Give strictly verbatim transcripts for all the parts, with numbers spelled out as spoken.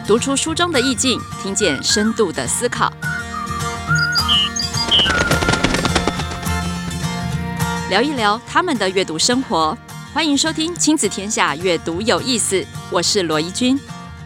读出书中的意境，听见深度的思考。聊一聊他们的阅读生活，欢迎收听亲子天下阅读有意思，我是罗怡君。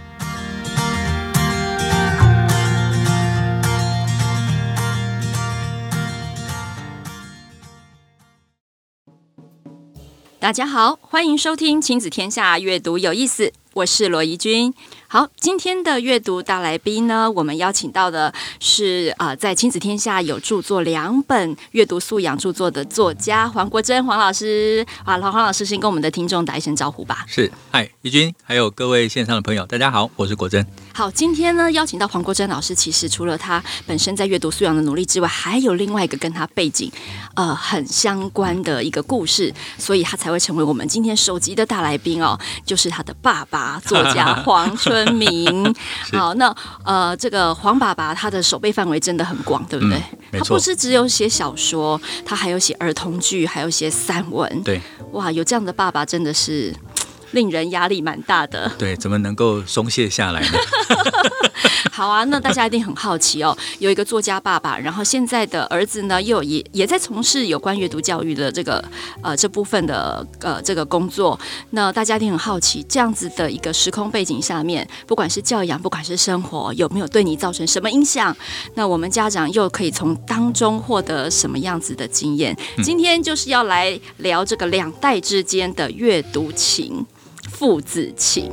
大家好，欢迎收听亲子天下阅读有意思，我是罗怡君。好，今天的阅读大来宾呢，我们邀请到的是呃，在亲子天下有著作两本阅读素养著作的作家黄国珍黄老师。啊，黄老师先跟我们的听众打一声招呼吧。 是，嗨，怡君，还有各位线上的朋友，大家好，我是国珍。 好，今天呢邀请到黄国珍老师，其实除了他本身在阅读素养的努力之外，还有另外一个跟他背景呃很相关的一个故事，所以他才会成为我们今天首集的大来宾哦，就是他的爸爸作家黄春明。好，那呃这个黄爸爸他的手背范围真的很广，对不对？嗯、他不是只有写小说，他还有写儿童剧，还有写散文。 对， 哇，有这样的爸爸真的是令人压力蛮大的。 对，怎么能够松懈下来呢？ 好啊，那大家一定很好奇哦，有一个作家爸爸，然后现在的儿子呢，又也也在从事有关阅读教育的这个呃这部分的呃这个工作。那大家一定很好奇，这样子的一个时空背景下面，不管是教养，不管是生活，有没有对你造成什么影响？那我们家长又可以从当中获得什么样子的经验？嗯、今天就是要来聊这个两代之间的阅读情。父子情。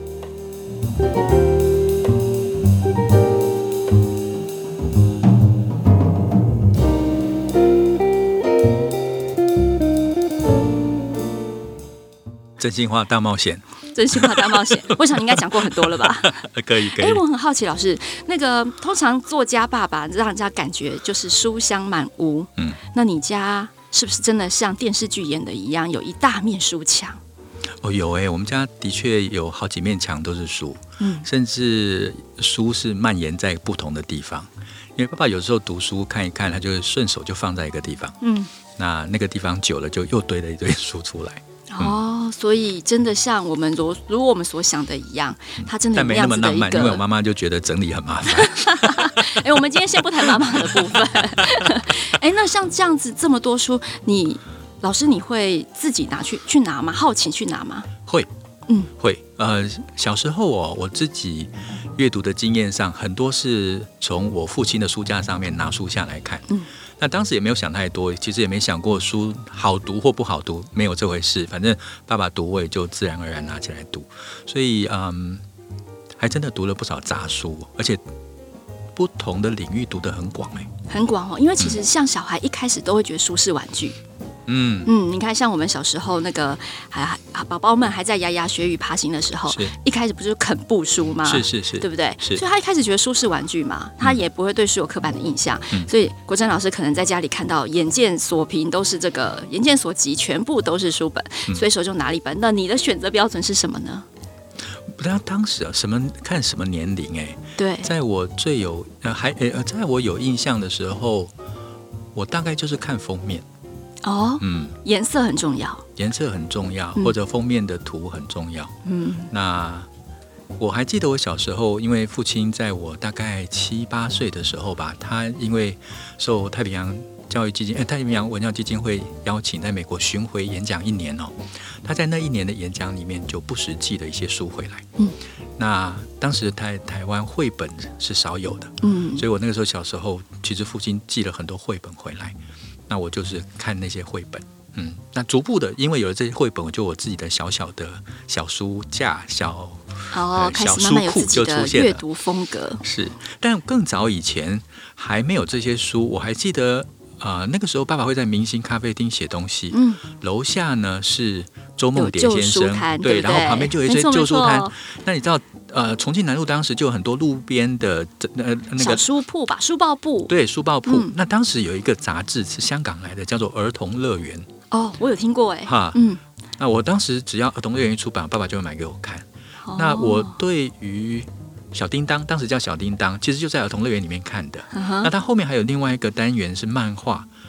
真心话大冒险， 真心话大冒险，我想你应该讲过很多了吧？ 可以可以。 哎，我很好奇，老师，那个通常作家爸爸让人家感觉就是书香满屋，嗯，那你家是不是真的像电视剧演的一样，有一大面书墙？ 哦，有哎、欸，我们家的确有好几面墙都是书，嗯，甚至书是蔓延在不同的地方。因为爸爸有时候读书看一看，他就顺手就放在一个地方，嗯，那那个地方久了就又堆了一堆书出来。 嗯、哦，所以真的像我们如如果我们所想的一样，他真的有那样子的一个， 但没那么浪漫，因为我妈妈就觉得整理很麻烦。 哎、欸，我们今天先不谈妈妈的部分。哎、欸，那像这样子这么多书，你。老师，你会自己拿去去拿吗？好奇去拿吗？ 会，嗯，会。呃，小时候哦，我自己阅读的经验上，很多是从我父亲的书架上面拿书下来看。嗯，那当时也没有想太多，其实也没想过书好读或不好读，没有这回事。反正爸爸读，我也就自然而然拿起来读。所以，嗯，还真的读了不少杂书，而且不同的领域读得很广哎， 很广哦。因为其实像小孩一开始都会觉得书是玩具。嗯嗯，你看，像我们小时候那个还宝宝们还在牙牙学语爬行的时候，一开始不是啃布书吗？ 是是是， 对不对？ 是， 所以他一开始觉得书是玩具嘛，他也不会对书有刻板的印象。嗯、所以国珍老师可能在家里看到眼见所凭都是这个，眼见所及全部都是书本，嗯、随手就拿了一本。那你的选择标准是什么呢？ 不知道当时啊，什么看什么年龄哎、欸？ 对，在我最有呃还呃，在我有印象的时候，我大概就是看封面。 哦，嗯，颜色很重要， 颜色很重要，或者封面的图很重要。嗯，那我还记得我小时候，因为父亲在我大概七八岁的时候吧，他因为受太平洋教育基金、哎、太平洋文教基金会邀请，在美国巡回演讲一年哦。他在那一年的演讲里面，就不时寄了一些书回来。嗯，那当时台台湾绘本是少有的，嗯，所以我那个时候小时候，其实父亲寄了很多绘本回来。那我就是看那些绘本，嗯，那逐步的，因为有了这些绘本，我就我自己的小小的小书架、小哦， 呃、小书库就出现了， 阅读风格是。但更早以前还没有这些书，我还记得，呃，那个时候爸爸会在明星咖啡厅写东西，嗯，楼下呢是周梦蝶先生， 对， 然后旁边就有一些旧书摊。那你知道？呃，重庆南路当时就有很多路边的呃那个小书铺吧，书报部， 对，书报铺。嗯、那当时有一个杂志是香港来的，叫做《儿童乐园》。 哦，我有听过哎。 哈，嗯。那我当时只要儿童乐园一出版，爸爸就会买给我看。哦、那我对于小叮当，当时叫小叮当，其实就在儿童乐园里面看的。嗯、那它后面还有另外一个单元是漫画。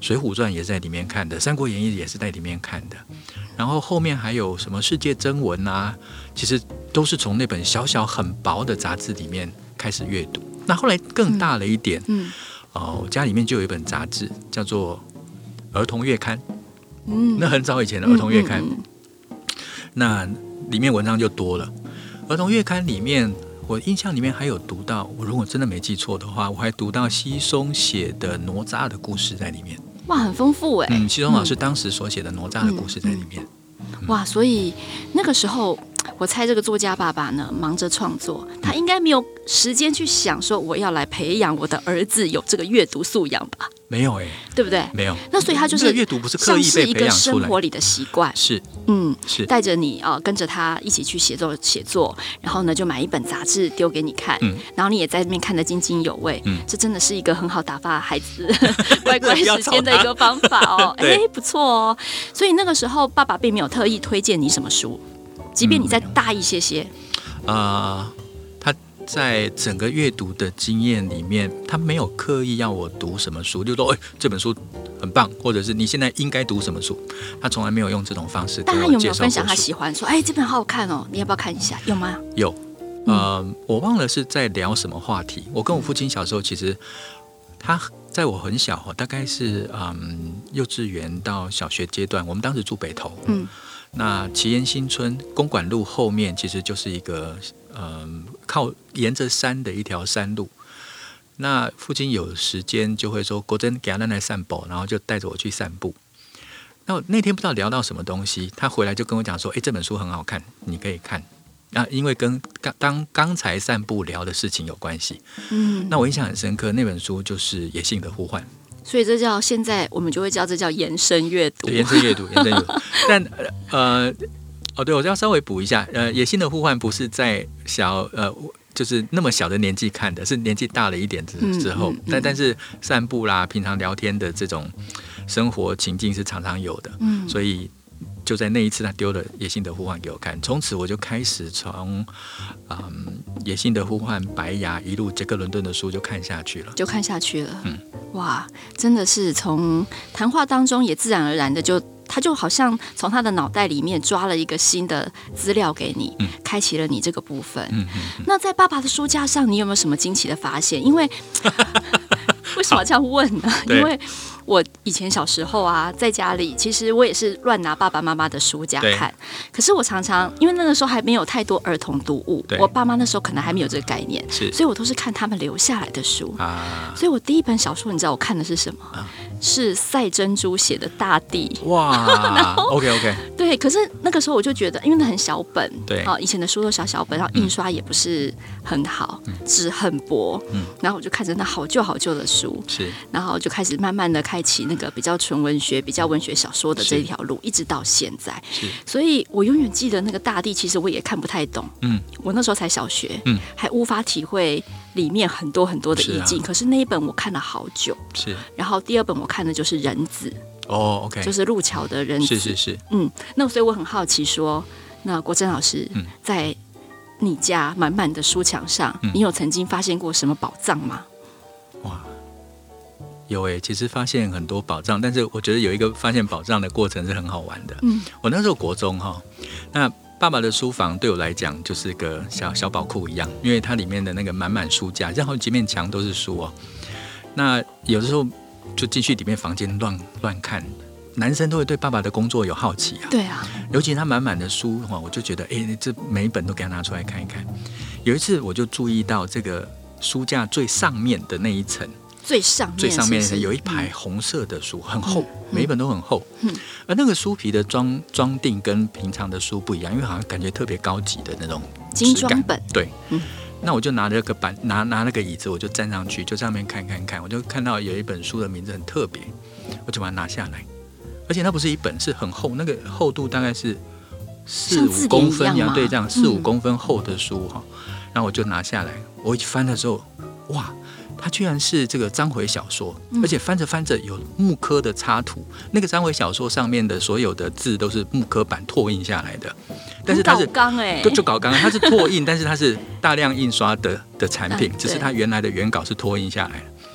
水浒传》也在里面看的，《三国演义》也是在里面看的，然后后面还有什么世界征文啊，其实都是从那本小小很薄的杂志里面开始阅读。那后来更大了一点，嗯嗯呃、我家里面就有一本杂志叫做《儿童月刊》，嗯，那很早以前的儿童月刊，嗯嗯嗯，那里面文章就多了。儿童月刊里面，我印象里面还有读到，我如果真的没记错的话，我还读到稀松写的哪吒的故事在里面。 哇，很丰富哎！ 嗯，稀松老师当时所写的哪吒的故事在里面。 嗯嗯、哇，所以那个时候，我猜这个作家爸爸呢，忙着创作，他应该没有时间去想说我要来培养我的儿子有这个阅读素养吧？ 没有哎、欸， 对不对？ 没有。 那所以他就是阅读不是刻意被培养出来， 像是一个生活里的习惯。 是， 嗯， 是带着你啊、呃，跟着他一起去写作写作，然后呢就买一本杂志丢给你看，嗯，然后你也在那边看得津津有味，嗯，这真的是一个很好打发孩子乖乖时间的一个方法哦，哎，不错哦。所以那个时候爸爸并没有特意推荐你什么书，即便你再大一些些， 啊、嗯呃，他在整个阅读的经验里面，他没有刻意要我读什么书，就说哎、欸、这本书很棒，或者是你现在应该读什么书，他从来没有用这种方式跟我介绍过书。但他有没有分享他喜欢说，哎、欸、这本好好看哦，你要不要看一下？有吗？ 有，呃，嗯、我忘了是在聊什么话题。我跟我父亲小时候，其实他在我很小，大概是嗯幼稚园到小学阶段，我们当时住北投，嗯，那奇岩新村公馆路后面其实就是一个嗯靠沿着山的一条山路。那父亲有时间就会说：“国珍给他奶奶散步，然后就带着我去散步。”那那天不知道聊到什么东西，他回来就跟我讲说：“哎，这本书很好看，你可以看。”那因为跟刚当刚才散步聊的事情有关系。嗯，那我印象很深刻，那本书就是《野性的呼唤》。 所以这叫现在我们就会叫这叫延伸阅读， 延伸阅读，延伸阅读。但呃，哦，对，我要稍微补一下，呃，《野性的呼唤》不是在小呃。就是那么小的年纪看的，是年纪大了一点之之后，嗯嗯嗯、但但是散步啦、平常聊天的这种生活情境是常常有的，嗯、所以就在那一次，他丢了《野性的呼唤》给我看，从此我就开始从嗯《野性的呼唤》、白牙一路杰克伦敦的书就看下去了， 就看下去了。嗯，哇，真的是从谈话当中也自然而然的就。他就好像从他的脑袋里面抓了一个新的资料给你，嗯、开启了你这个部分。嗯嗯嗯、那在爸爸的书架上，你有没有什么惊奇的发现？因为为什么这样问呢？因为我以前小时候啊，在家里其实我也是乱拿爸爸妈妈的书架看，可是我常常因为那个时候还没有太多儿童读物，我爸妈那时候可能还没有这个概念，所以我都是看他们留下来的书。啊、所以我第一本小说，你知道我看的是什么？啊、是赛珍珠写的《大地》。 哇，OK OK， 对，可是那个时候我就觉得，因为那很小本， 对啊，以前的书都小小本，然后印刷也不是很好，纸、嗯、很薄，嗯，然后我就看着那好旧好旧的书， 是， 然后就开始慢慢的开启那个比较纯文学、比较文学小说的这一条路，一直到现在。是，所以我永远记得那个大地，其实我也看不太懂，嗯，我那时候才小学，嗯，还无法体会里面很多很多的意境。是啊、可是那一本我看了好久， 是， 然后第二本我看的就是人子。 哦、oh, ，OK， 就是路桥的人子， 是是是， 嗯，那所以我很好奇说，那国珍老师、嗯、在你家满满的书墙上、嗯，你有曾经发现过什么宝藏吗？ 哇，有诶、欸，其实发现很多宝藏，但是我觉得有一个发现宝藏的过程是很好玩的。嗯，我那时候国中哈，那爸爸的书房对我来讲就是个小小宝库一样，因为它里面的那个满满书架，然后几面墙都是书哦。那有的时候。就进去里面房间乱乱看，男生都会对爸爸的工作有好奇啊。 对啊， 尤其他满满的书，我就觉得，哎、欸，这每一本都给他拿出来看一看。有一次我就注意到这个书架最上面的那一层， 最上面最上面有一排红色的书，很厚，嗯、每一本都很厚。嗯，而那个书皮的装装订跟平常的书不一样，因为好像感觉特别高级的那种精装本。 对，嗯。那我就拿了个板，拿拿了个椅子，我就站上去，就上面看看看，我就看到有一本书的名字很特别，我就把它拿下来，而且它不是一本，是很厚，那个厚度大概是四五公分一样，对，这样四五公分厚的书哈、嗯，然后我就拿下来，我一翻的时候，哇！它居然是这个章回小说，而且翻着翻着有木刻的插图，嗯、那个章回小说上面的所有的字都是木刻版拓印下来的，但是它是搞欸、 就搞纲，它是拓印，但是它是大量印刷的的产品，只是它原来的原稿是拓印下来的。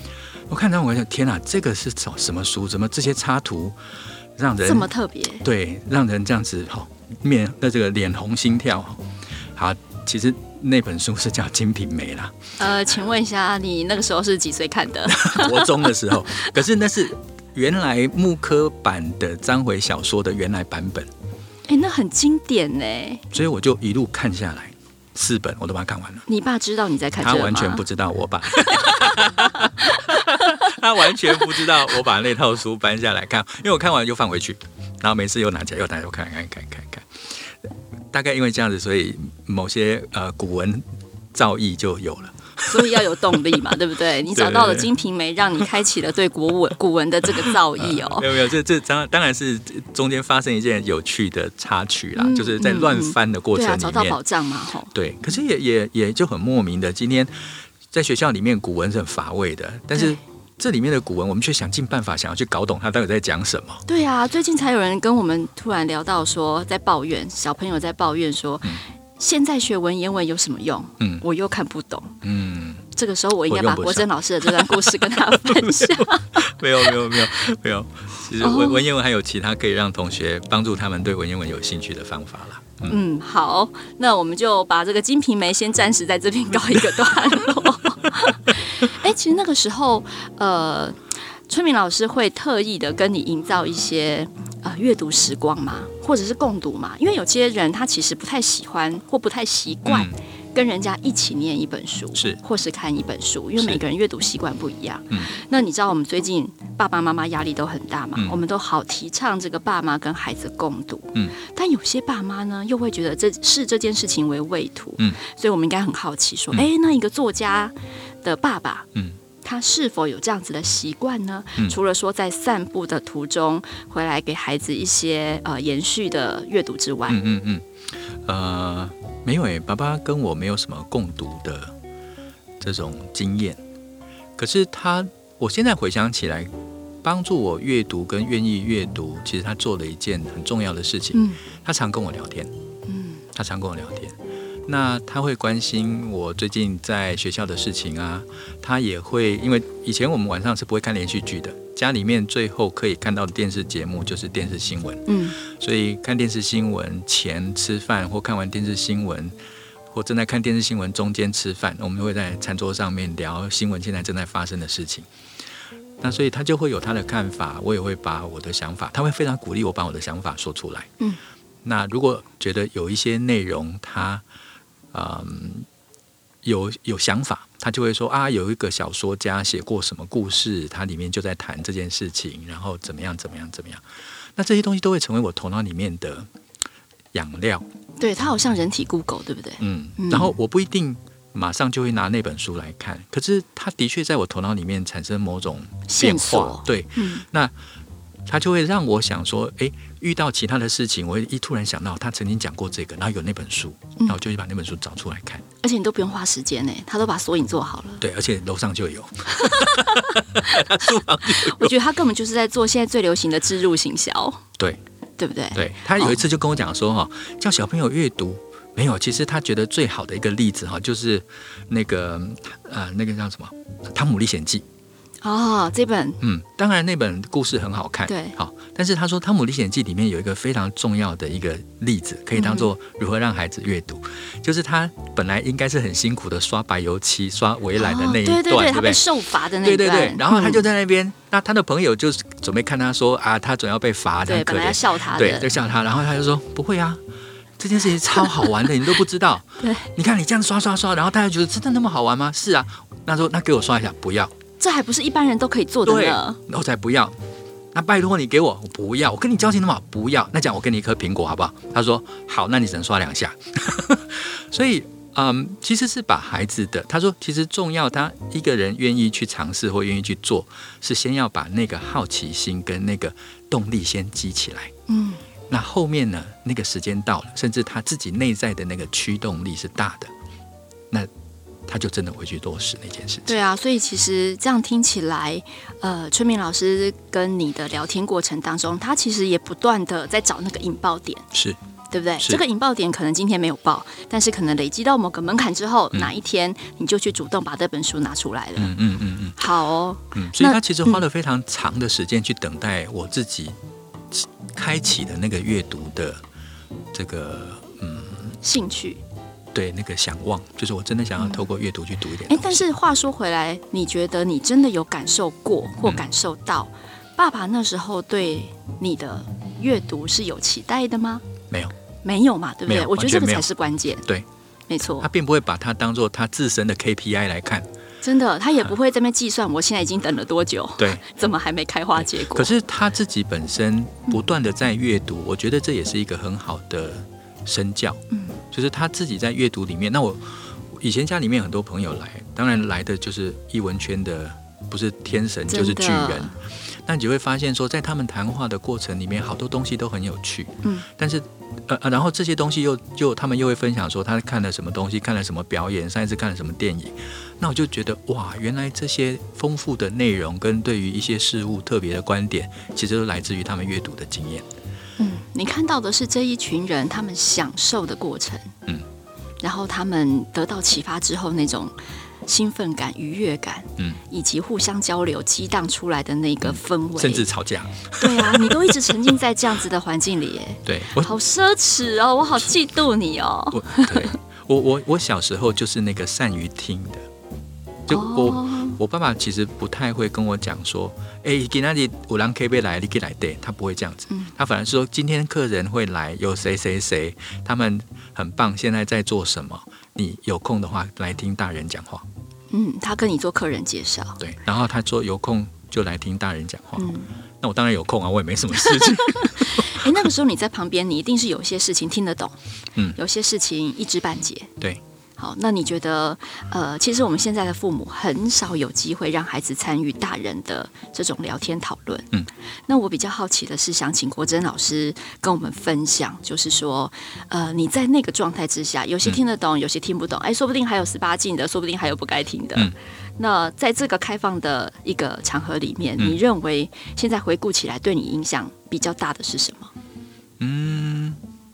我看到我想，天啊，这个是找什么书？怎么这些插图让人这么特别？ 对，让人这样子哈，面那这个脸红心跳。好，其实那本书是叫《金瓶梅》啦。 呃，请问一下，你那个时候是几岁看的？ 国中的时候。可是那是原来木刻版的章回小说的原来版本。 哎、欸，那很经典呢。 所以我就一路看下来，四本我都把它看完了。 你爸知道你在看这个吗？ 他完全不知道我把。他完全不知道我把那套书搬下来看，因为我看完就放回去，然后每次又拿起来又拿起来看看看看看。大概因为这样子，所以某些呃古文造诣就有了。 所以要有动力嘛，对不对？你找到了《金瓶梅》，让你开启了对古文古文的这个造诣哦。 没有没有，这这当当然是中间发生一件有趣的插曲啦，嗯、就是在乱翻的过程里面， 对啊，找到宝藏嘛，吼。 对，可是也也也就很莫名的，今天在学校里面古文是很乏味的，但是这里面的古文，我们却想尽办法想要去搞懂它到底在讲什么。 对啊，最近才有人跟我们突然聊到说，在抱怨小朋友在抱怨说。嗯，现在学文言文有什么用？嗯，我又看不懂。嗯，这个时候我应该把国珍老师的这段故事跟他分享。 没有没有没有没有，其实文文言文还有其他可以让同学帮助他们对文言文有兴趣的方法啦。 嗯, 嗯，好，那我们就把这个《金瓶梅》先暂时在这边告一个段落。哎，其实那个时候，呃，春明老师会特意的跟你营造一些呃阅读时光嘛，或者是共读嘛，因为有些人他其实不太喜欢或不太习惯。嗯，跟人家一起念一本书， 是或是看一本书，因为每个人阅读习惯不一样。嗯，那你知道我们最近爸爸妈妈压力都很大嘛？嗯，我们都好提倡这个爸妈跟孩子共读。嗯，但有些爸妈呢，又会觉得这视这件事情为畏途。嗯，所以我们应该很好奇说，哎、嗯，那一个作家的爸爸，嗯，他是否有这样子的习惯呢？嗯，除了说在散步的途中回来给孩子一些呃延续的阅读之外， 嗯嗯嗯，呃。没有诶，爸爸跟我没有什么共读的这种经验。可是他，我现在回想起来，帮助我阅读跟愿意阅读，其实他做了一件很重要的事情。嗯，他常跟我聊天。嗯，他常跟我聊天。那他会关心我最近在学校的事情啊，他也会，因为以前我们晚上是不会看连续剧的。家里面最后可以看到的电视节目就是电视新闻，嗯，所以看电视新闻前吃饭，或看完电视新闻，或正在看电视新闻中间吃饭，我们会在餐桌上面聊新闻现在正在发生的事情。那所以他就会有他的看法，我也会把我的想法，他会非常鼓励我把我的想法说出来。嗯，那如果觉得有一些内容他嗯有有想法，他就会说啊，有一个小说家写过什么故事，他里面就在谈这件事情，然后怎么样怎么样怎么样。那这些东西都会成为我头脑里面的养料。 对，他好像人体 Google， 对不对？ 嗯，然后我不一定马上就会拿那本书来看，可是他的确在我头脑里面产生某种变化。对，嗯，那他就会让我想说，哎，遇到其他的事情，我会一突然想到他曾经讲过这个，然后有那本书，然后我就去把那本书找出来看。 而且你都不用花时间呢，他都把索引做好了。 对，而且楼上就有。 我觉得他根本就是在做现在最流行的置入行销。 对， 对不对？ 对，他有一次就跟我讲说，哈，叫小朋友阅读。没有，其实他觉得最好的一个例子哈，就是那个呃，那个叫什么《汤姆历险记》。 哦，这本嗯，当然那本故事很好看， 对， 好，但是他说《汤姆历险记》里面有一个非常重要的一个例子，可以当做如何让孩子阅读，嗯、就是他本来应该是很辛苦的刷白油漆、刷围栏的那一段， 哦、对对对， 对不对？ 他被受罚的那一段， 对对对，然后他就在那边，嗯、那他的朋友就准备看他说啊，他总要被罚， 对，本来要笑他的， 对，就笑他，然后他就说不会啊。这件事情超好玩的，你都不知道。 对， 你看你这样刷刷刷，然后大家觉得真的那么好玩吗？是啊，那说那给我刷一下，不要。 这还不是一般人都可以做的呢。 对，然后才不要。那拜托你给我，我不要。我跟你交情那么好，不要。那讲我给你一颗苹果好不好？他说好，那你只能刷两下。所以，嗯，其实是把孩子的，他说其实重要，他一个人愿意去尝试或愿意去做，是先要把那个好奇心跟那个动力先激起来。嗯。那后面呢？那个时间到了，甚至他自己内在的那个驱动力是大的，那他就真的会去落实那件事情。 对啊，所以其实这样听起来，呃，春明老师跟你的聊天过程当中，他其实也不断的在找那个引爆点， 是， 对对不对？这个引爆点可能今天没有爆，但是可能累积到某个门槛之后， 嗯、 哪一天你就去主动把这本书拿出来了。 嗯嗯嗯嗯， 好哦。 嗯，所以他其实花了非常长的时间去等待我自己开启的那个阅读的这个嗯兴趣。 对，那个想望，就是我真的想要透过阅读去读一点东西。 但是话说回来，你觉得你真的有感受过或感受到、嗯、爸爸那时候对你的阅读是有期待的吗？ 没有， 没有嘛，对不对？我觉得这个才是关键。 对， 没错， 他并不会把它当做他自身的 K P I 来看。 真的，他也不会在那边计算我现在已经等了多久， 对， 怎么还没开花结果？ 可是他自己本身不断的在阅读、嗯，我觉得这也是一个很好的身教。嗯，就是他自己在阅读里面。那我以前家里面很多朋友来，当然来的就是艺文圈的，不是天神就是巨人。那你就会发现说，在他们谈话的过程里面，好多东西都很有趣。嗯，但是呃，然后这些东西又就他们又会分享说，他看了什么东西，看了什么表演，上一次看了什么电影。那我就觉得哇，原来这些丰富的内容跟对于一些事物特别的观点，其实都来自于他们阅读的经验。 嗯，你看到的是这一群人他们享受的过程。嗯，然后他们得到启发之后那种兴奋感、愉悦感，嗯，以及互相交流、激荡出来的那个氛围， 甚至吵架。 对啊，你都一直沉浸在这样子的环境里，耶。 对， 好奢侈哦，我好嫉妒你哦。 我对我我我小时候就是那个善于听的，就我、哦、我爸爸其实不太会跟我讲说，哎、欸，今天有人可以来，你可以来对，他不会这样子，嗯、他反而是说今天客人会来，有谁谁谁，他们很棒，现在在做什么，你有空的话来听大人讲话。 嗯，他跟你做客人介绍， 对，然后他说有空就来听大人讲话。嗯，那我当然有空啊，我也没什么事情。 哎，那个时候你在旁边，你一定是有些事情听得懂，嗯，有些事情一知半解。 对， 好，那你觉得，呃，其实我们现在的父母很少有机会让孩子参与大人的这种聊天讨论。嗯，那我比较好奇的是，想请国珍老师跟我们分享，就是说，呃，你在那个状态之下，有些听得懂，有些听不懂，哎，说不定还有十八禁的，说不定还有不该听的。嗯，那在这个开放的一个场合里面，嗯、你认为现在回顾起来对你影响比较大的是什么？ 嗯。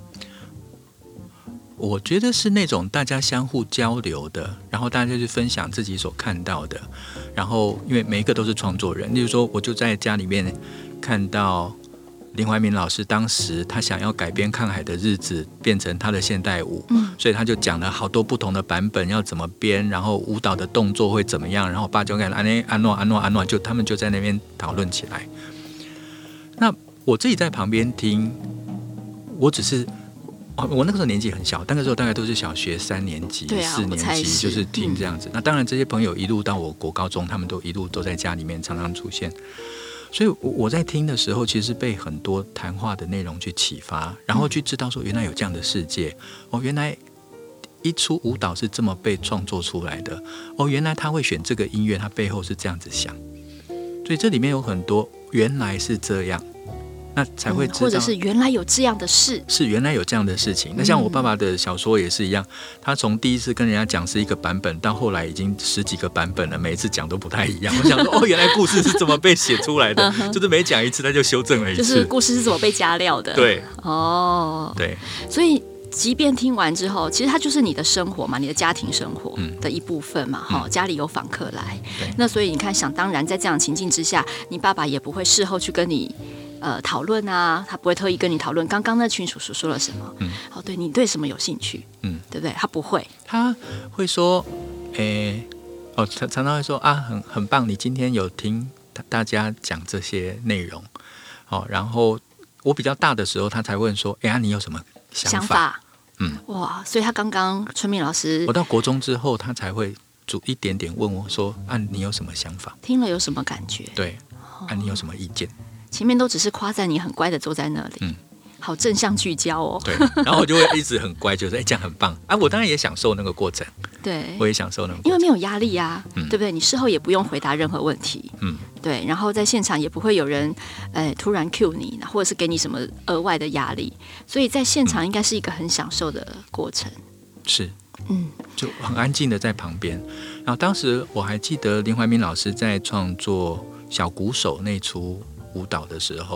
我觉得是那种大家相互交流的，然后大家去分享自己所看到的，然后因为每一个都是创作人，例如说我就在家里面看到林怀民老师当时他想要改编《看海的日子》变成他的现代舞，嗯，所以他就讲了好多不同的版本要怎么编，然后舞蹈的动作会怎么样，然后我爸就跟安安诺安诺安诺，就他们就在那边讨论起来。那我自己在旁边听，我只是。我那个时候年纪很小，那个时候大概都是小学三年级、啊、四年级，就是听这样子、嗯。那当然，这些朋友一路到我国高中，他们都一路都在家里面常常出现。所以我在听的时候，其实被很多谈话的内容去启发，然后去知道说，原来有这样的世界。哦，原来一出舞蹈是这么被创作出来的。哦，原来他会选这个音乐，他背后是这样子想。所以这里面有很多原来是这样。那才会知道、嗯， 或者是原来有这样的事， 是原来有这样的事情。那像我爸爸的小说也是一样，他从第一次跟人家讲是一个版本，到后来已经十几个版本了，每一次讲都不太一样。我想说，哦，原来故事是怎么被写出来的，就是每讲一次他就修正了一次， 就是故事是怎么被加料的。 对， 哦， 对， 所以。即便听完之后，其实它就是你的生活嘛，你的家庭生活的一部分嘛，哈、嗯，家里有访客来，那所以你看，想当然在这样的情境之下，你爸爸也不会事后去跟你呃讨论啊，他不会特意跟你讨论刚刚那群叔叔说了什么，嗯，好，对你对什么有兴趣，嗯，对不对？他不会， 他会说，诶，哦，常常常会说啊，很很棒，你今天有听大家讲这些内容，哦，然后我比较大的时候，他才问说，哎呀，你有什么想法？想法嗯，哇， 所以他刚刚春明老师， 我到国中之后，他才会逐一点点问我说：“啊，你有什么想法？ 听了有什么感觉？ 对，啊，你有什么意见？” 前面都只是夸赞你很乖的坐在那里，嗯，好正向聚焦哦。 对，然后我就会一直很乖，就是哎，这样很棒啊！我当然也享受那个过程， 对， 我也享受那个过程， 因为没有压力啊，嗯、对不对？你事后也不用回答任何问题，嗯。对，然后在现场也不会有人，呃，突然 cue 你，或者是给你什么额外的压力，所以在现场应该是一个很享受的过程。 是，嗯，就很安静的在旁边。然后当时我还记得林怀民老师在创作《小鼓手》那出舞蹈的时候，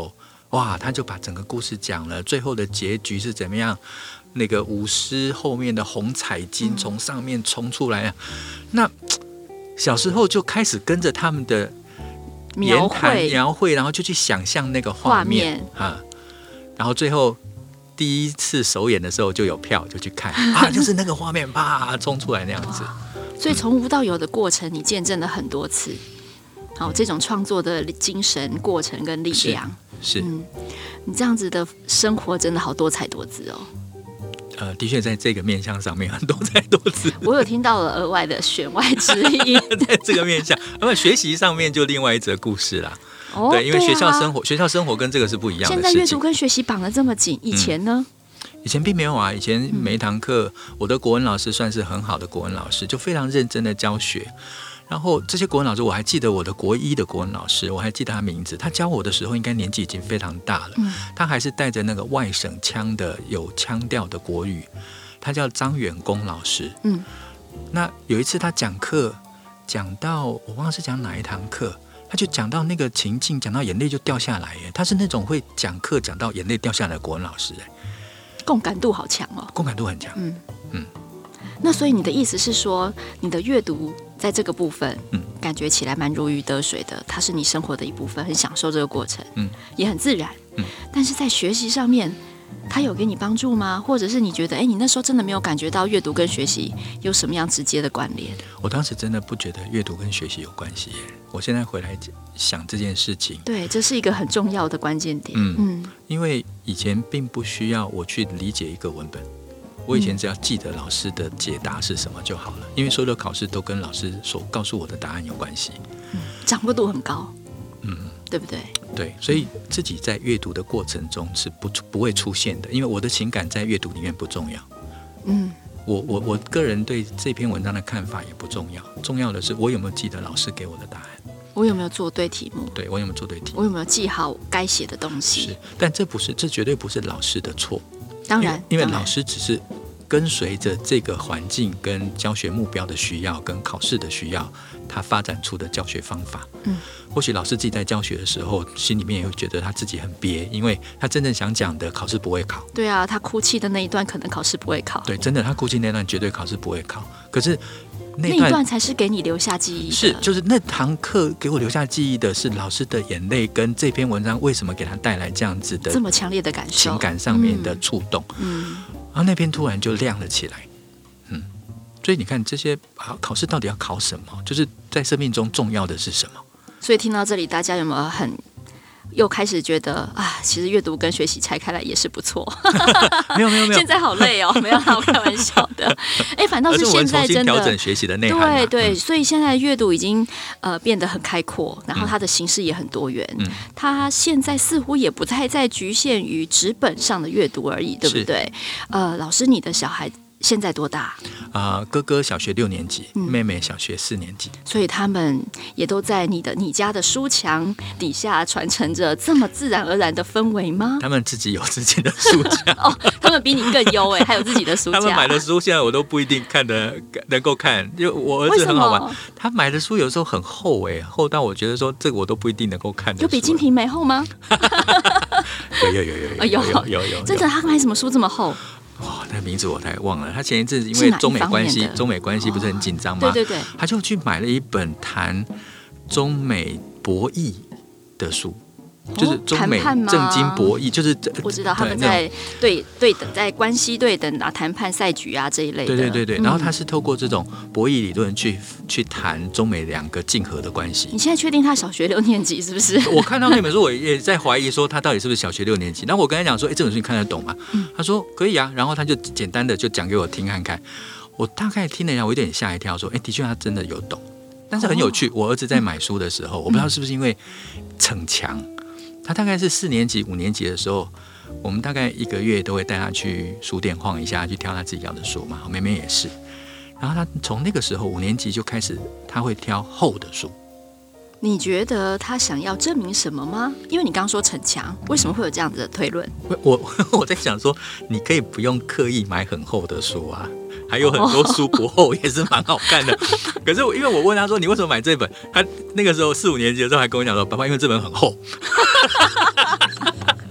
哇，他就把整个故事讲了，最后的结局是怎么样？那个舞狮后面的红彩金从上面冲出来、啊嗯、那小时候就开始跟着他们的言谈描绘，然后就去想象那个画面, 画面、啊、然后最后第一次首演的时候就有票就去看啊，就是那个画面啪冲出来那样子。 所以从无到有的过程你见证了很多次，好，这种创作的精神过程跟力量是, 是、嗯、 你这样子的生活真的好多彩多姿哦。 呃，的确在这个面向上面很多才多姿。 我有听到了额外的弦外之音， 在这个面向，那么学习上面就另外一则故事啦。哦、对，因为学校生活、啊，学校生活跟这个是不一样的事情。 现在阅读跟学习绑得这么紧，以前呢？ 嗯、以前并没有啊，以前每一堂课，我的国文老师算是很好的国文老师，就非常认真的教学。然后这些国文老师，我还记得我的国一的国文老师，我还记得他名字。他教我的时候，应该年纪已经非常大了。嗯、他还是带着那个外省腔的有腔调的国语。他叫张远公老师。嗯，那有一次他讲课，讲到我忘了是讲哪一堂课，他就讲到那个情境，讲到眼泪就掉下来耶。他是那种会讲课讲到眼泪掉下来的国文老师， 共感度好强哦。 共感度很强。嗯嗯。 那所以你的意思是说，你的阅读在这个部分，嗯，感觉起来蛮如鱼得水的，它是你生活的一部分，很享受这个过程，嗯，也很自然，嗯。但是在学习上面，它有给你帮助吗？或者是你觉得，哎，你那时候真的没有感觉到阅读跟学习有什么样直接的关联？ 我当时真的不觉得阅读跟学习有关系耶。我现在回来想这件事情， 对，这是一个很重要的关键点，嗯嗯，因为以前并不需要我去理解一个文本。我以前只要记得老师的解答是什么就好了，因为所有的考试都跟老师所告诉我的答案有关系， 嗯、掌握度很高，嗯，对不对？ 对，所以自己在阅读的过程中是 不, 不会出现的，因为我的情感在阅读里面不重要，嗯，我我我个人对这篇文章的看法也不重要，重要的是我有没有记得老师给我的答案， 我有没有做对题目， 对，我有没有做对题目， 我有没有记好该写的东西， 是，但这不是，这绝对不是老师的错。 当然， 因为老师只是跟随着这个环境跟教学目标的需要跟考试的需要，他发展出的教学方法。嗯，或许老师自己在教学的时候，心里面也会觉得他自己很憋，因为他真正想讲的考试不会考。 对啊，他哭泣的那一段可能考试不会考。 对，真的，他哭泣那段绝对考試不會考。可是那 段, 那一段才是给你留下记忆的。 是，就是那堂课给我留下记忆的是老师的眼泪，跟这篇文章为什么给他带来这样子的这么强烈的感受， 情感上面的触动。嗯，然后那篇突然就亮了起来。嗯，所以你看这些考试到底要考什么？就是在生命中重要的是什么？ 所以听到这里，大家有没有很又开始觉得啊，其实阅读跟学习拆开来也是不错。 没有没有没有， 现在好累哦，没有啦，我开玩笑的。哎，反倒是现在真的调整学习的内涵、啊。 对对、嗯，所以现在阅读已经呃变得很开阔，然后它的形式也很多元。嗯，它现在似乎也不太再局限于纸本上的阅读而已，对不对？呃，老师，你的小孩现在多大？ 啊、呃，哥哥小学六年级、嗯，妹妹小学四年级， 所以他们也都在你的你家的书墙底下传承着这么自然而然的氛围吗？ 他们自己有自己的书架哦，他们比你更优哎，还有自己的书架。 他们买的书现在我都不一定看得能够看，因为我儿子很好玩，他买的书有时候很厚哎，厚到我觉得说这个我都不一定能够看的。 有比《金瓶梅》厚吗？ 有有有有有有有有有， 真的，他买什么书这么厚？ 哇，那名字我才忘了。他前一阵子因为中美关系，中美关系不是很紧张吗？ 哦、对对对， 他就去买了一本谈中美博弈的书。就是中美政经博弈，就是我知道他们在对对等，在关系对等啊、谈判赛局啊这一类的。 对对对对，然后他是透过这种博弈理论去去谈中美两个竞合的关系。 你现在确定他小学六年级是不是？ 我看到那本书，我也在怀疑说他到底是不是小学六年级。然后我跟他讲说，哎，这本书你看得懂吗？嗯、他说可以啊，然后他就简单的就讲给我听看看。我大概听了一下，我有点吓一跳，说，哎，的确他真的有懂，但是很有趣。哦、我儿子在买书的时候，我不知道是不是因为逞强。他大概是四年级、五年级的时候，我们大概一个月都会带他去书店晃一下，去挑他自己要的书嘛。妹妹也是，然后他从那个时候五年级就开始，他会挑厚的书。 你觉得他想要证明什么吗？因为你刚刚说逞强，为什么会有这样子的推论？ 我我在想说，你可以不用刻意买很厚的书啊。还有很多书不厚也是蛮好看的，可是因为我问他说你为什么买这本，他那个时候四五年级的时候还跟我讲说，爸爸因为这本很厚。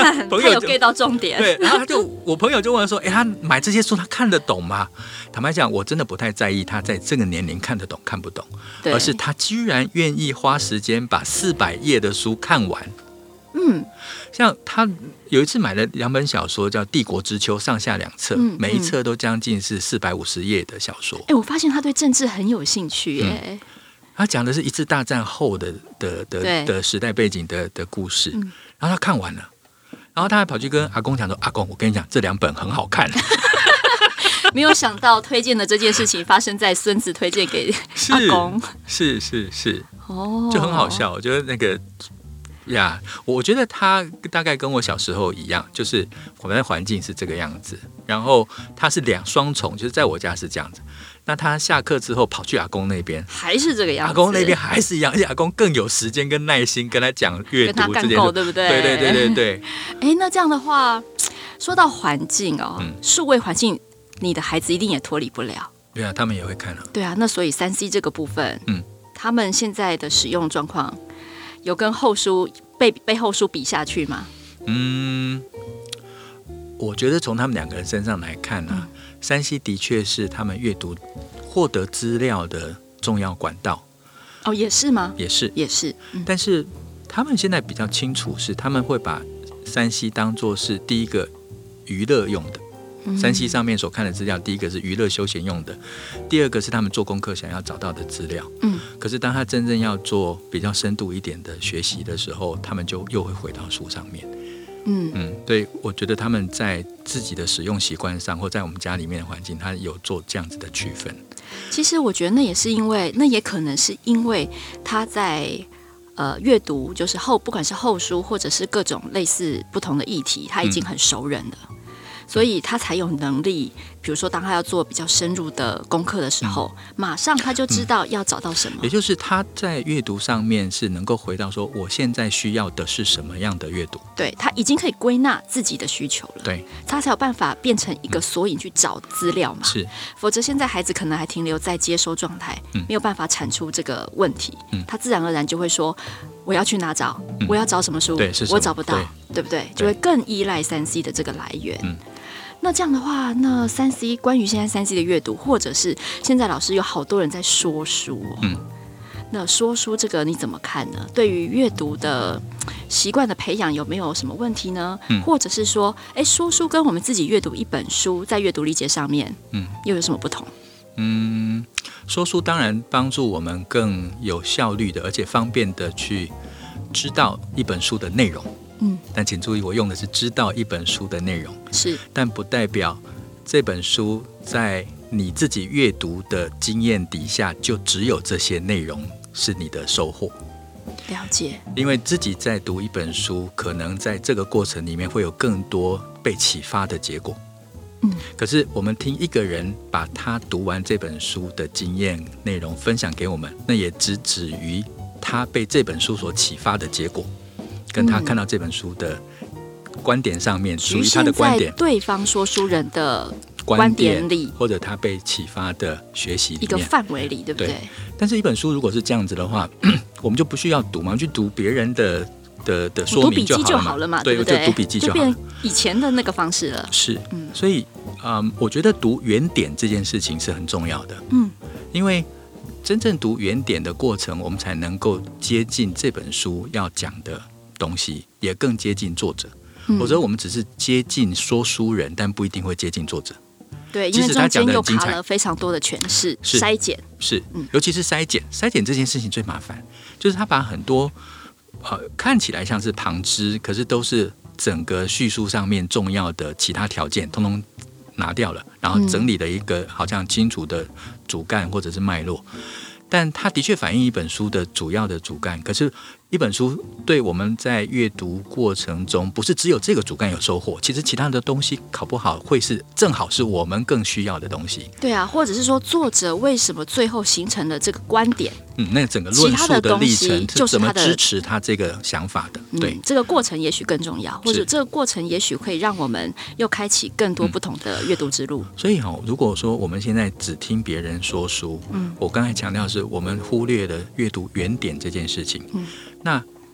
看，他有 get 到重点。 对，然后他就我朋友就问说：“哎、欸，他买这些书，他看得懂吗？”坦白讲，我真的不太在意他在这个年龄看得懂看不懂，而是他居然愿意花时间把四百页的书看完。嗯，像他有一次买了两本小说，叫《帝国之秋》，上下两册，嗯、每一册都将近是四百五十页的小说。 哎、欸，我发现他对政治很有兴趣耶。嗯， 他讲的是一次大战后的的的的时代背景的的故事，嗯，然后他看完了，然后他还跑去跟阿公讲说：“阿公，我跟你讲，这两本很好看。” 没有想到推荐的这件事情发生在孙子推荐给阿公， 是是是是，哦，就很好笑。我觉得那个呀，我觉得他大概跟我小时候一样，就是我们的环境是这个样子，然后他是两双重，就是在我家是这样子。那他下课之后跑去阿公那边， 还是这个样子。 阿公那边还是一样，而且阿公更有时间跟耐心跟他讲阅读这件事， 对不对？ 对对对对对。 哎，那这样的话，说到环境哦，数位环境，你的孩子一定也脱离不了。 对啊，他们也会看啊。 对啊，那所以三 C 这个部分，嗯，他们现在的使用状况有跟后书被被后书比下去吗？ 嗯，我觉得从他们两个人身上来看呢、啊。嗯，三 C 的确是他们阅读、获得资料的重要管道。 哦，也是吗？ 也是， 也是。嗯、 但是他们现在比较清楚是，他们会把三 C 当作是第一个娱乐用的。嗯、三 C 上面所看的资料，第一个是娱乐休闲用的，第二个是他们做功课想要找到的资料。嗯。可是当他真正要做比较深度一点的学习的时候，他们就又会回到书上面。嗯嗯，对，我觉得他们在自己的使用习惯上，或在我们家里面的环境，他有做这样子的区分。 其实我觉得那也是因为，那也可能是因为他在呃阅读，就是后不管是后书或者是各种类似不同的议题，他已经很熟人了。嗯，所以他才有能力，比如说当他要做比较深入的功课的时候，嗯、马上他就知道要找到什么。 也就是他在阅读上面是能够回到说，我现在需要的是什么样的阅读？ 对，他已经可以归纳自己的需求了。 对， 他才有办法变成一个索引去找资料嘛。 是， 否则现在孩子可能还停留在接收状态，嗯、没有办法产出这个问题，嗯、他自然而然就会说。我要去哪找？嗯、我要找什么书？ 对，是什么？ 我找不到， 对, 对不对？就会更依赖三 C 的这个来源。嗯，那这样的话，那三 C 关于现在三 C 的阅读，或者是现在老师有好多人在说书、哦，嗯，那说书这个你怎么看呢？对于阅读的习惯的培养有没有什么问题呢？嗯、或者是说，哎，说书跟我们自己阅读一本书，在阅读理解上面，嗯，又有什么不同？ 嗯，说书当然帮助我们更有效率的，而且方便的去知道一本书的内容。嗯，但请注意，我用的是知道一本书的内容， 是， 但不代表这本书在你自己阅读的经验底下，就只有这些内容是你的收获。 了解， 因为自己在读一本书，可能在这个过程里面会有更多被启发的结果。嗯，可是我们听一个人把他读完这本书的经验内容分享给我们，那也只止于他被这本书所启发的结果，跟他看到这本书的观点上面，属于他的观点， 对方说书人的观点里， 或者他被启发的学习里面一个范围里，对不 对, 对？ 但是，一本书如果是这样子的话，我们就不需要读嘛，去读别人的。的, 的说明就好了嘛， 读笔记就好了嘛， 对不对？就读笔记就好了， 就变以前的那个方式了。 是，嗯，所以，嗯，我觉得读原点这件事情是很重要的，嗯，因为真正读原点的过程，我们才能够接近这本书要讲的东西，也更接近作者。嗯、否则，我们只是接近说书人，但不一定会接近作者。 对，因为中间又爬了非常多的诠释、筛检， 是，嗯、尤其是筛检，筛检这件事情最麻烦，就是他把很多。呃、看起来像是旁支，可是都是整个叙述上面重要的其他条件通通拿掉了，然后整理了一个好像清楚的主干或者是脉络，但它的确反映一本书的主要的主干，可是一本书对我们在阅读过程中不是只有这个主干有收获，其实其他的东西考不好会是正好是我们更需要的东西。 对啊，或者是说作者为什么最后形成了这个观点， 嗯，那整个论述的历程是怎么支持他这个想法的，对、 嗯、这个过程也许更重要，或者这个过程也许可以让我们又开启更多不同的阅读之路、嗯、 所以、哦、如果说我们现在只听别人说书、嗯、我刚才强调的是我们忽略了阅读原点这件事情、嗯，那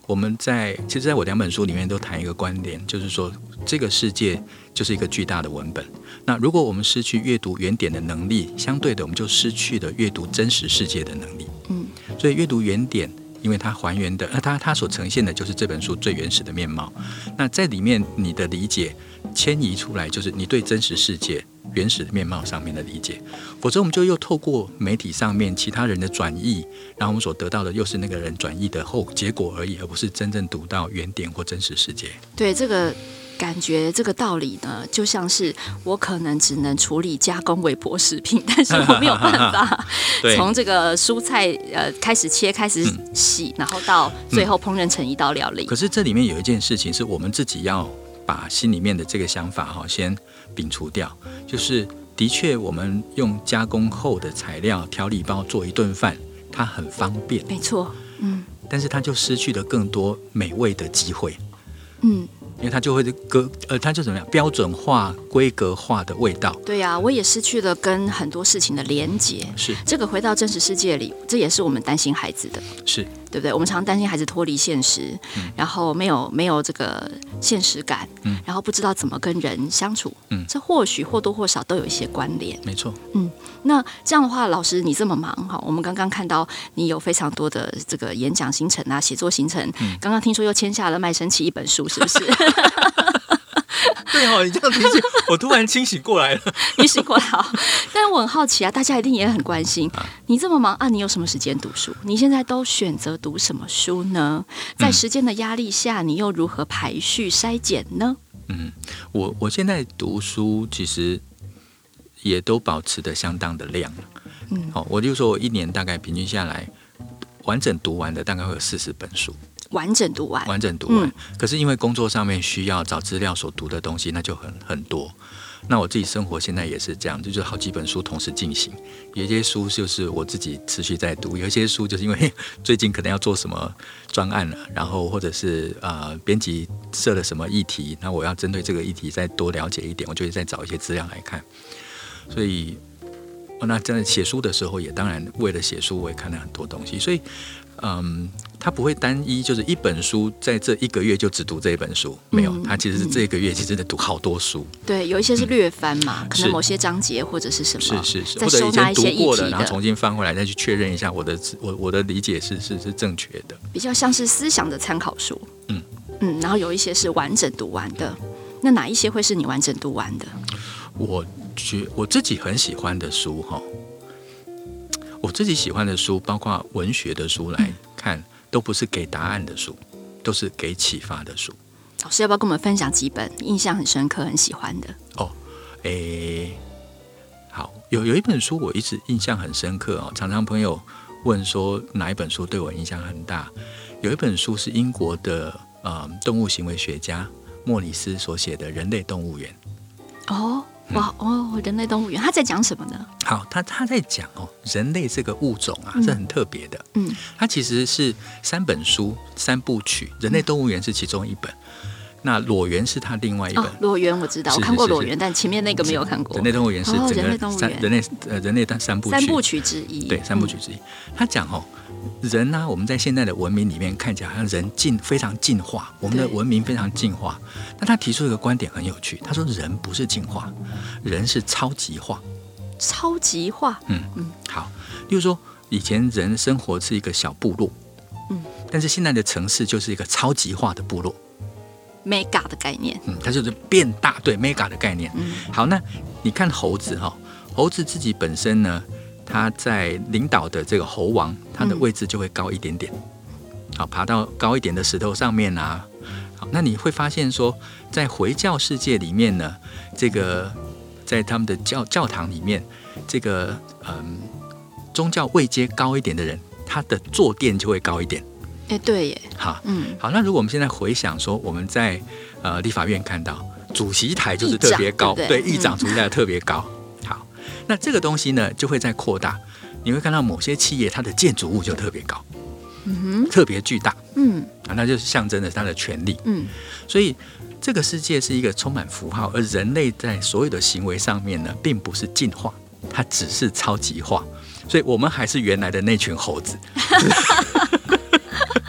我们在其实在我两本书里面都谈一个观点，就是说这个世界就是一个巨大的文本。那如果我们失去阅读原点的能力，相对的我们就失去了阅读真实世界的能力。嗯，所以阅读原点，因为它还原的，它它所呈现的就是这本书最原始的面貌。那在里面你的理解迁移出来，就是你对真实世界原始的面貌上面的理解，否则我们就又透过媒体上面其他人的转译，然后我们所得到的又是那个人转译的后结果而已，而不是真正读到原点或真实世界。 对，这个感觉这个道理呢，就像是我可能只能处理加工微波食品，但是我没有办法从这个蔬菜呃开始切、开始洗，然后到最后烹饪成一道料理。 可是这里面有一件事情是我们自己要把心里面的这个想法哈先摒除掉，就是的确我们用加工后的材料调理包做一顿饭，它很方便， 没错，嗯， 但是它就失去了更多美味的机会， 嗯。 因为它就会格呃，它就怎么样标准化、规格化的味道。 对呀、啊，我也失去了跟很多事情的连结。 是这个回到真实世界里，这也是我们担心孩子的， 是对不对？我们常担心孩子脱离现实，嗯、然后没有没有这个现实感，嗯、然后不知道怎么跟人相处。嗯，这或许或多或少都有一些关联。 没错。 嗯，那这样的话，老师你这么忙哈，我们刚刚看到你有非常多的这个演讲行程啊、写作行程，嗯、刚刚听说又签下了麦申奇一本书，是不是？ 对哦，你这样提醒，我突然清醒过来了。 你醒过来好，但是我很好奇啊，大家一定也很关心，你这么忙啊，你有什么时间读书？你现在都选择读什么书呢？在时间的压力下，你又如何排序筛检呢？ 嗯，我我现在读书其实也都保持的相当的量。嗯，好、哦，我就说我一年大概平均下来，完整读完的大概会有四十本书。 完整读完， 完整读完、嗯。可是因为工作上面需要找资料所读的东西，那就很很多。那我自己生活现在也是这样，就是好几本书同时进行。有一些书就是我自己持续在读，有一些书就是因为最近可能要做什么专案了，然后或者是呃编辑设了什么议题，那我要针对这个议题再多了解一点，我就会再找一些资料来看。所以，那真的写书的时候，也当然为了写书，我也看了很多东西，所以。嗯，它不会单一，就是一本书在这一个月就只读这一本书，没有，它其实是这一个月其实在读好多书。 对，有一些是略翻嘛，嗯、可能某些章节或者是什么， 是是是， 再收纳一些议题的， 或者以前读过的，然后重新翻回来再去确认一下我的我我的理解是是是正确的， 比较像是思想的参考书。嗯嗯，然后有一些是完整读完的，那哪一些会是你完整读完的？ 我觉我自己很喜欢的书哈。我自己喜欢的书，包括文学的书来看，都不是给答案的书，都是给启发的书。 老师要不要跟我们分享几本印象很深刻、很喜欢的？ 哦，诶，好，有有一本书我一直印象很深刻哦，常常朋友问说哪一本书对我印象很大。有一本书是英国的呃动物行为学家莫里斯所写的《人类动物园》。 哦。哇哦，人类动物园，他在讲什么呢？ 好，他他在讲哦，人类这个物种啊、嗯、是很特别的。嗯，它其实是三本书三部曲，《人类动物园》是其中一本，嗯、那《裸园》是他另外一本。哦， 裸园我知道，我看过裸园，但前面那个没有看过。 人类动物园是整个、哦、人类动物园人类呃人类三部曲三部曲之一。 对，三部曲之一。他、嗯、讲哦。人呢、啊，我们在现在的文明里面看起来好像人进非常进化，我们的文明非常进化。但他提出一个观点很有趣，他说人不是进化，人是超级化。 超级化， 嗯嗯，好。例如说，以前人生活是一个小部落，嗯，但是现在的城市就是一个超级化的部落 ，mega 的概念， 嗯，它就是变大，对 mega 的概念。嗯，好，那你看猴子哈、哦，猴子自己本身呢？他在领导的这个猴王，他的位置就会高一点点，好，爬到高一点的石头上面啊。好，那你会发现说，在回教世界里面呢，这个在他们的教教堂里面，这个嗯宗教位阶高一点的人，他的坐垫就会高一点。 哎，对耶。 好，嗯，好，那如果我们现在回想说，我们在呃立法院看到主席台就是特别高，对，议长主席台特别高。那这个东西呢，就会再扩大。你会看到某些企业，它的建筑物就特别高，嗯哼，特别巨大，嗯，啊，那就是象征着它的权力，嗯。所以这个世界是一个充满符号，而人类在所有的行为上面呢，并不是进化，它只是超级化。所以我们还是原来的那群猴子。 哎，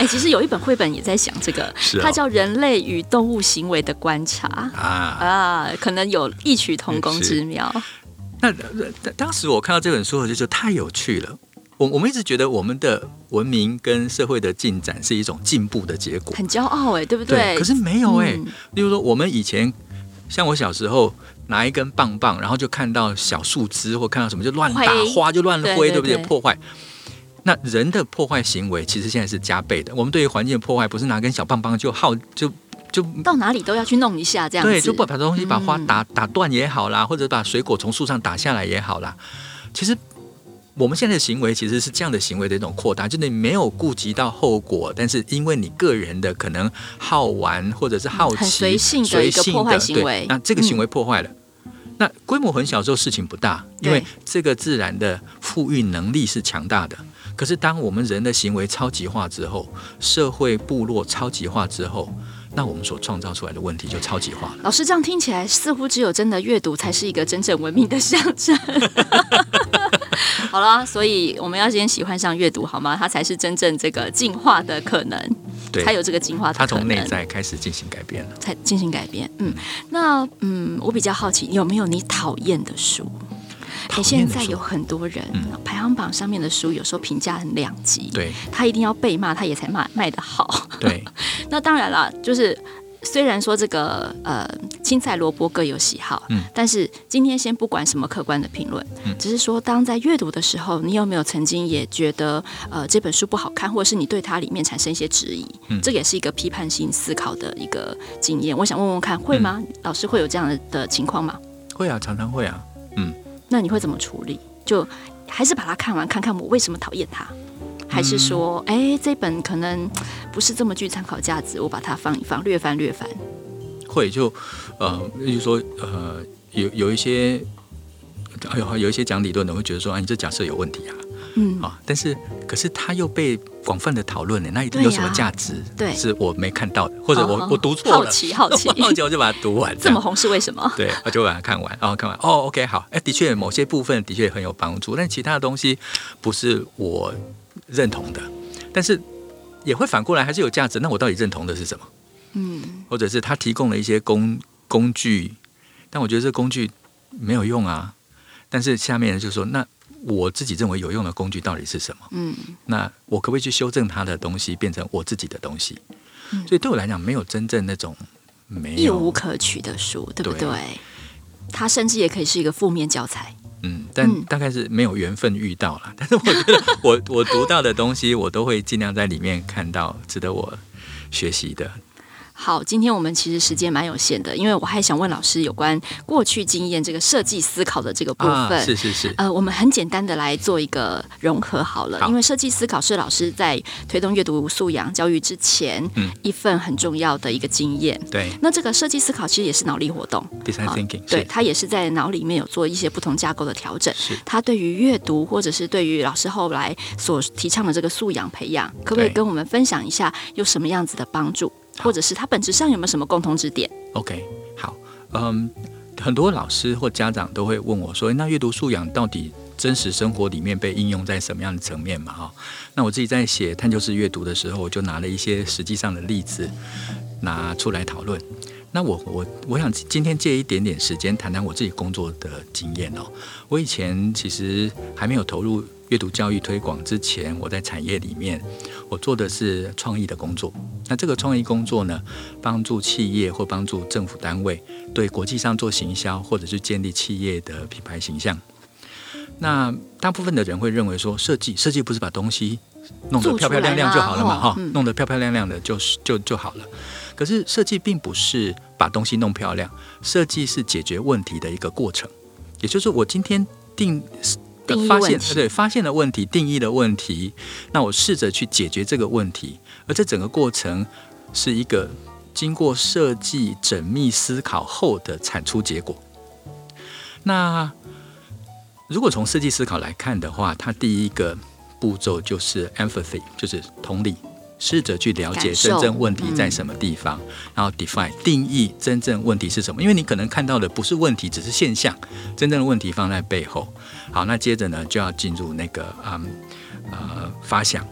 哎，其实有一本绘本也在想这个， 是哦、 它叫《人类与动物行为的观察》啊啊，可能有异曲同工之妙。 那当时我看到这本书，我就觉得太有趣了。我我们一直觉得我们的文明跟社会的进展是一种进步的结果， 很骄傲哎，对不对？ 对，可是没有哎、 嗯。 例如说，我们以前像我小时候拿一根棒棒，然后就看到小树枝或看到什么就乱打花，就乱挥，对不对？破坏。那人的破坏行为其实现在是加倍的。我们对于环境的破坏，不是拿根小棒棒就耗就。就到哪里都要去弄一下，这样子。 对，就把把东西把花打、嗯、打断也好啦，或者把水果从树上打下来也好啦。其实我们现在的行为其实是这样的行为的一种扩大，就是你没有顾及到后果，但是因为你个人的可能好玩或者是好奇， 很随性的一个破坏行为， 那这个行为破坏了。嗯、那规模很小之后事情不大，因为这个自然的富裕能力是强大的。可是当我们人的行为超级化之后，社会部落超级化之后，那我们所创造出来的问题就超级化了。 老师这样听起来，似乎只有真的阅读才是一个真正文明的象征。好了，所以我们要先喜欢上阅读，好吗？它才是真正这个进化的可能，才有这个进化的可能。它从内在开始进行改变了， 才进行改变。嗯，那嗯，我比较好奇，有没有你讨厌的书？欸、现在有很多人、嗯、排行榜上面的书有时候评价很两极， 对， 他一定要被骂，他也才卖卖得好。 对， 那当然啦，就是虽然说这个呃青菜萝卜各有喜好，嗯，但是今天先不管什么客观的评论，嗯，只是说当在阅读的时候，你有没有曾经也觉得呃这本书不好看，或者是你对它里面产生一些质疑？嗯，这也是一个批判性思考的一个经验。我想问问看，会吗？嗯、老师会有这样的情况吗？ 会啊，常常会啊，嗯。 那你会怎么处理？就还是把它看完，看看我为什么讨厌它，还是说，哎、嗯，这本可能不是这么具参考价值，我把它放一放，略翻略翻。 会就呃，例如说呃，有有一些有有一些讲理论的会觉得说，啊，你这假设有问题啊。嗯啊，但是可是它又被广泛的讨论呢，那一定有什么价值？对、啊，是我没看到的，或者我、哦、我读错了， 好奇好奇， 好奇我就把它读完。 这么红是为什么？ 对，我就把它看完，然后看完哦 ，OK 好，哎，的确某些部分的确很有帮助，但其他的东西不是我认同的，但是也会反过来还是有价值。那我到底认同的是什么？嗯，或者是他提供了一些工工具，但我觉得这工具没有用啊。但是下面人就说那。我自己认为有用的工具到底是什么？嗯，那我可不可以去修正它的东西，变成我自己的东西？嗯、所以对我来讲，没有真正那种没有一无可取的书，对不对？对，它甚至也可以是一个负面教材。 嗯，但大概是没有缘分遇到了。但是我觉得我我读到的东西，我都会尽量在里面看到值得我学习的。 好，今天我们其实时间蛮有限的，因为我还想问老师有关过去经验这个设计思考的这个部分。 啊、是是是。 呃，我们很简单的来做一个融合好了，好，因为设计思考是老师在推动阅读素养教育之前、嗯、一份很重要的一个经验。 对。 那这个设计思考其实也是脑力活动 ，design thinking、啊。 对，它也是在脑里面有做一些不同架构的调整。 是。 它对于阅读或者是对于老师后来所提倡的这个素养培养，可不可以跟我们分享一下有什么样子的帮助？或者是它本质上有没有什么共同之点 ？OK， 好，嗯，很多老师或家长都会问我说：“那阅读素养到底真实生活里面被应用在什么样的层面嘛？”哈，那我自己在写探究式阅读的时候，我就拿了一些实际上的例子拿出来讨论。那我我我想今天借一点点时间谈谈我自己工作的经验哦。我以前其实还没有投入阅读教育推广之前，我在产业里面，我做的是创意的工作。那这个创意工作呢，帮助企业或帮助政府单位对国际上做行销，或者是建立企业的品牌形象。那大部分的人会认为说，设计设计不是把东西弄得漂漂亮亮就好了嘛？哈、嗯，弄得漂漂亮亮的就就就好了。可是设计并不是把东西弄漂亮，设计是解决问题的一个过程。也就是我今天定发现对发现了问题，定义了问题，那我试着去解决这个问题，而这整个过程是一个经过设计缜密思考后的产出结果。那如果从设计思考来看的话，它第一个步骤就是 empathy， 就是同理。试着去了解真正问题在什么地方，嗯、然后 define 定义真正问题是什么。因为你可能看到的不是问题，只是现象，真正的问题放在背后。好，那接着呢就要进入那个嗯呃发想。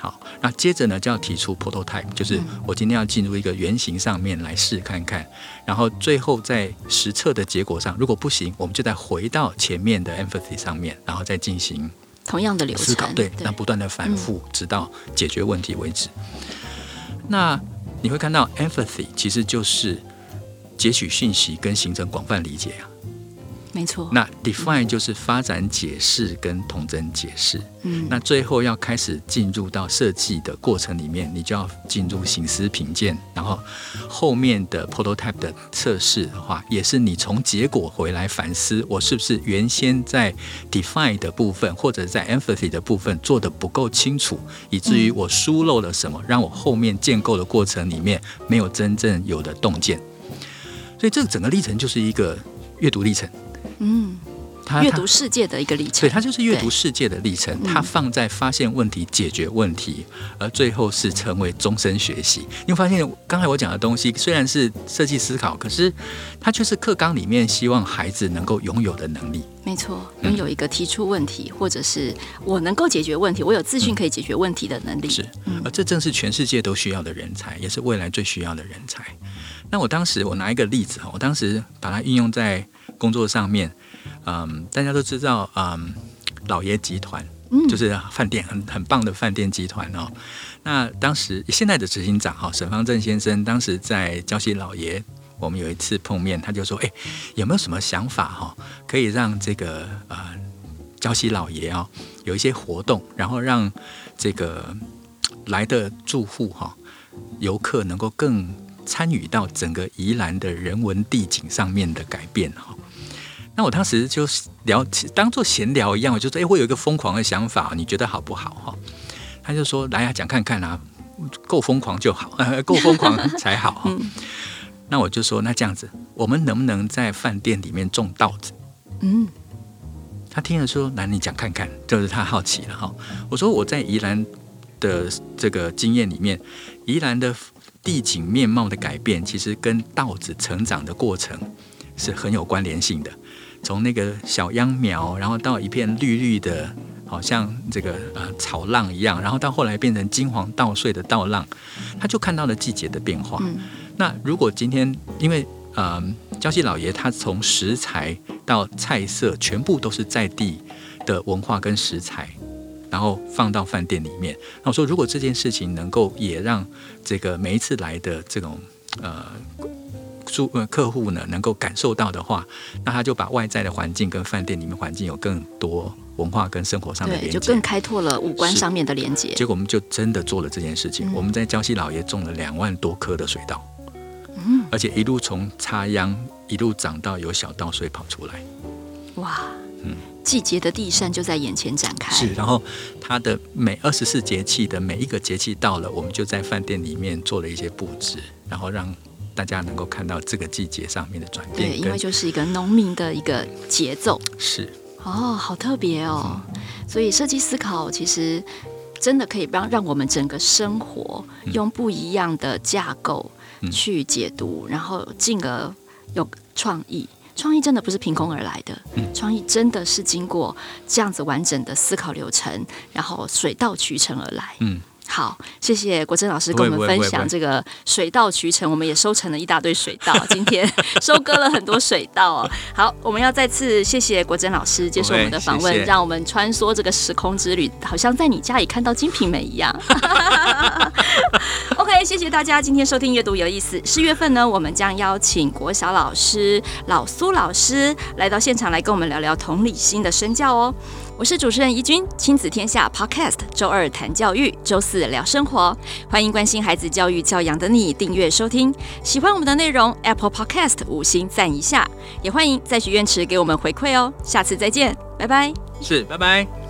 好，那接着呢就要提出 prototype， 就是我今天要进入一个原型上面来试看看，然后最后在实测的结果上，如果不行，我们就再回到前面的 empathy 上面，然后再进行同样的流程思考，对，那不断的反复，嗯，直到解决问题为止。那你会看到 empathy 其实就是截取讯息跟形成广泛理解啊。 没错， 那 define 就是发展解释跟统整解释，嗯，那最后要开始进入到设计的过程里面，你就要进入省思评鉴，然后后面的 prototype 的测试的话，也是你从结果回来反思，我是不是原先在 define 的部分或者在 empathy 的部分做得不够清楚，以至于我疏漏了什么，让我后面建构的过程里面没有真正有的洞见。所以这整个历程就是一个阅读历程。嗯， 阅读世界的一个历程， 对，它就是阅读世界的历程。它放在发现问题、解决问题，而最后是成为终身学习。你会发现，刚才我讲的东西虽然是设计思考，可是它却是课纲里面希望孩子能够拥有的能力。 没错，拥有一个提出问题，嗯，或者是我能够解决问题，我有自信可以解决问题的能力。 是，而这正是全世界都需要的人才，也是未来最需要的人才。那我当时我拿一个例子，我当时把它运用在工作上面，嗯，大家都知道，嗯，老爷集团，嗯，就是饭店很很棒的饭店集团哦。那当时现在的执行长哈沈方正先生，当时在礁溪老爷，我们有一次碰面，他就说，哎，有没有什么想法哈，可以让这个呃礁溪老爷啊有一些活动，然后让这个来的住户哈游客能够更参与到整个宜兰的人文地景上面的改变哈。那我当时就聊，当作闲聊一样，我就说，哎，我有一个疯狂的想法，你觉得好不好哈？他就说，来啊，讲看看啊，够疯狂就好，够疯狂才好哈。那我就说，那这样子，我们能不能在饭店里面种稻子？嗯，他听了说，来，你讲看看，就是他好奇了哈。我说我在宜兰的这个经验里面，宜兰的地景面貌的改变，其实跟稻子成长的过程是很有关联性的。从那个小秧苗，然后到一片绿绿的，好像这个呃草浪一样，然后到后来变成金黄稻穗的稻浪，他就看到了季节的变化。嗯、那如果今天因为呃礁溪老爷他从食材到菜色全部都是在地的文化跟食材，然后放到饭店里面。那我说，如果这件事情能够也让这个每一次来的这种呃。客户呢能够感受到的话，那他就把外在的环境跟饭店里面环境有更多文化跟生活上的连接， 就更开拓了五官上面的连接。 结果我们就真的做了这件事情，嗯、我们在礁溪老爷种了两万多棵的水稻，嗯，而且一路从插秧一路长到有小稻穗跑出来， 哇，嗯，季节的地扇就在眼前展开。 是，然后它的每二十四节气的每一个节气到了，我们就在饭店里面做了一些布置，然后让大家能够看到这个季节上面的转变。 对，因为就是一个农民的一个节奏。 是哦，好特别哦。嗯、所以设计思考其实真的可以让让我们整个生活用不一样的架构去解读，嗯、然后进而有创意。创意真的不是凭空而来的，嗯、创意真的是经过这样子完整的思考流程，然后水到渠成而来。嗯。好，谢谢国珍老师跟我们分享这个水到渠成，我们也收成了一大堆水稻，今天收割了很多水稻哦。好，我们要再次谢谢国珍老师接受我们的访问，谢谢，让我们穿梭这个时空之旅，好像在你家里看到金瓶梅一样。OK， 谢谢大家今天收听阅读有意思。四月份呢，我们将邀请国小老师老苏老师来到现场来跟我们聊聊同理心的身教哦。我是主持人怡君，亲子天下 Podcast， 周二谈教育，周四聊生活，欢迎关心孩子教育教养的你订阅收听。喜欢我们的内容 ，Apple Podcast 五星赞一下，也欢迎在许愿池给我们回馈哦。下次再见，拜拜。 是，拜拜。